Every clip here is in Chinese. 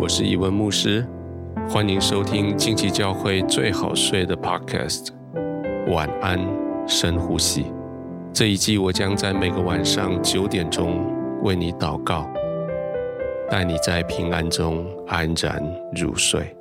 我是怡文牧师，欢迎收听近期教会最好睡的 Podcast。晚安，深呼吸。这一季我将在每个晚上9点钟为你祷告，带你在平安中安然入睡。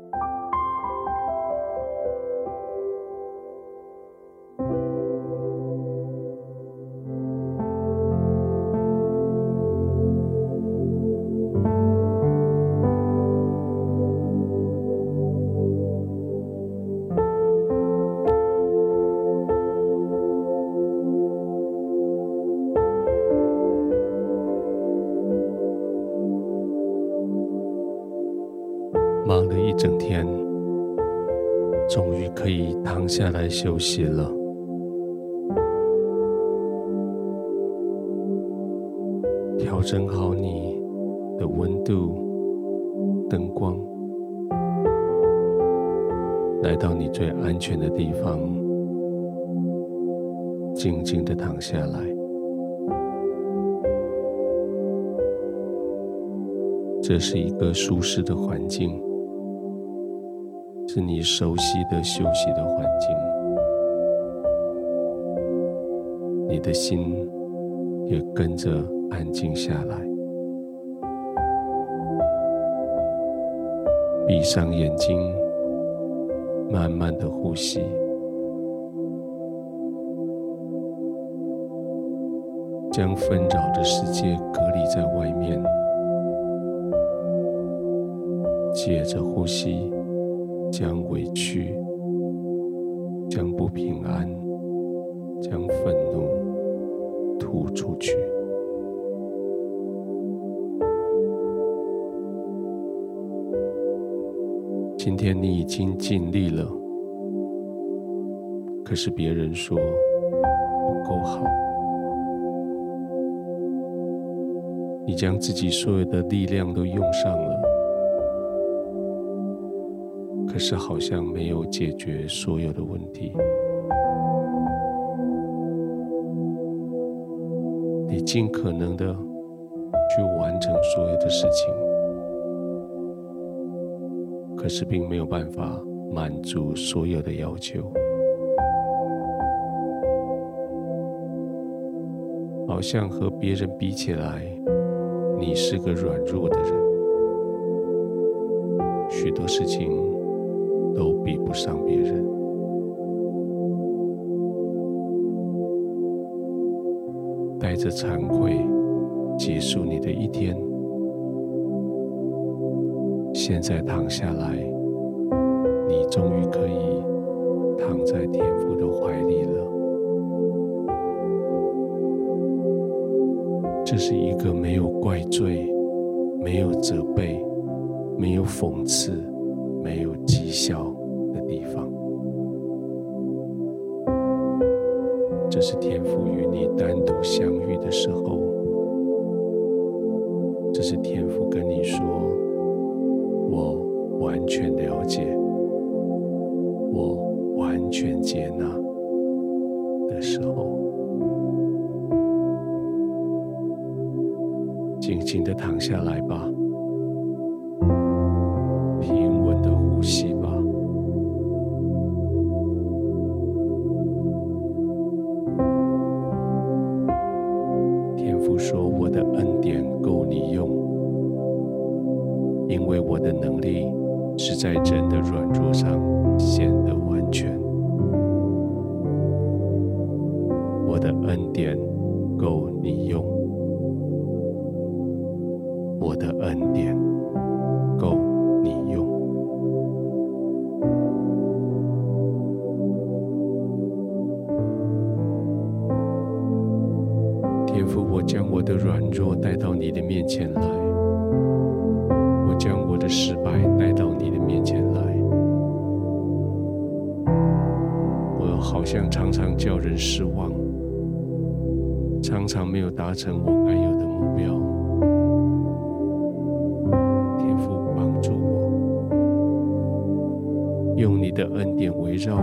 忙了一整天，终于可以躺下来休息了。调整好你的温度、灯光，来到你最安全的地方，静静地躺下来。这是一个舒适的环境，是你熟悉的休息的环境，你的心也跟着安静下来。闭上眼睛，慢慢的呼吸，将纷扰的世界隔离在外面，借着呼吸将委屈、将不平安、将愤怒吐出去。今天你已经尽力了，可是别人说不够好。你将自己所有的力量都用上了，可是好像没有解决所有的问题。你尽可能的去完成所有的事情，可是并没有办法满足所有的要求。好像和别人比起来，你是个软弱的人，许多事情都比不上别人。带着惭愧结束你的一天，现在躺下来，你终于可以躺在天父的怀里了。这是一个没有怪罪、没有责备、没有讽刺、没有讥笑的地方。这是天父与你单独相遇的时候，这是天父跟你说，我完全了解，我完全接纳的时候。静静地躺下来吧，平稳地呼吸吧。天父说，我的恩典够你用，因为我的能力是在人的软弱上显得完全。我的恩典够你用，我的恩典够你用。天父，我将我的软弱带到你的面前来，我将我的失败带到你的面前来。我好像常常叫人失望，常常没有达成我该有的目标。天父，帮助我，用你的恩典围绕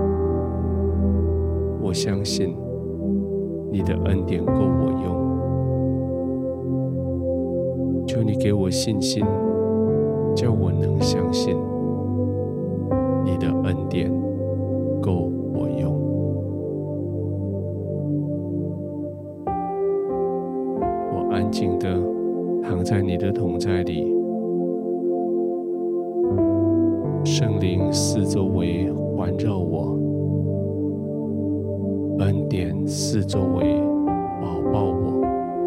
我。我相信你的恩典够我用，求你给我信心， 叫我能相信你的恩典够我用。我安静地躺在你的同在里，圣灵四周围环绕我，恩典四周围抱抱我，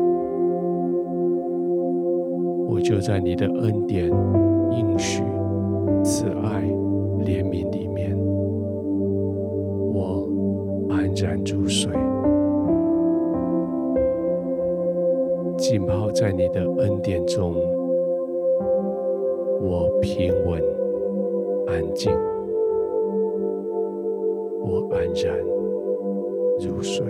我就在你的恩典、应许、慈爱、怜悯里面，我安然入睡，浸泡在你的恩典中，我平稳安静，我安然入睡。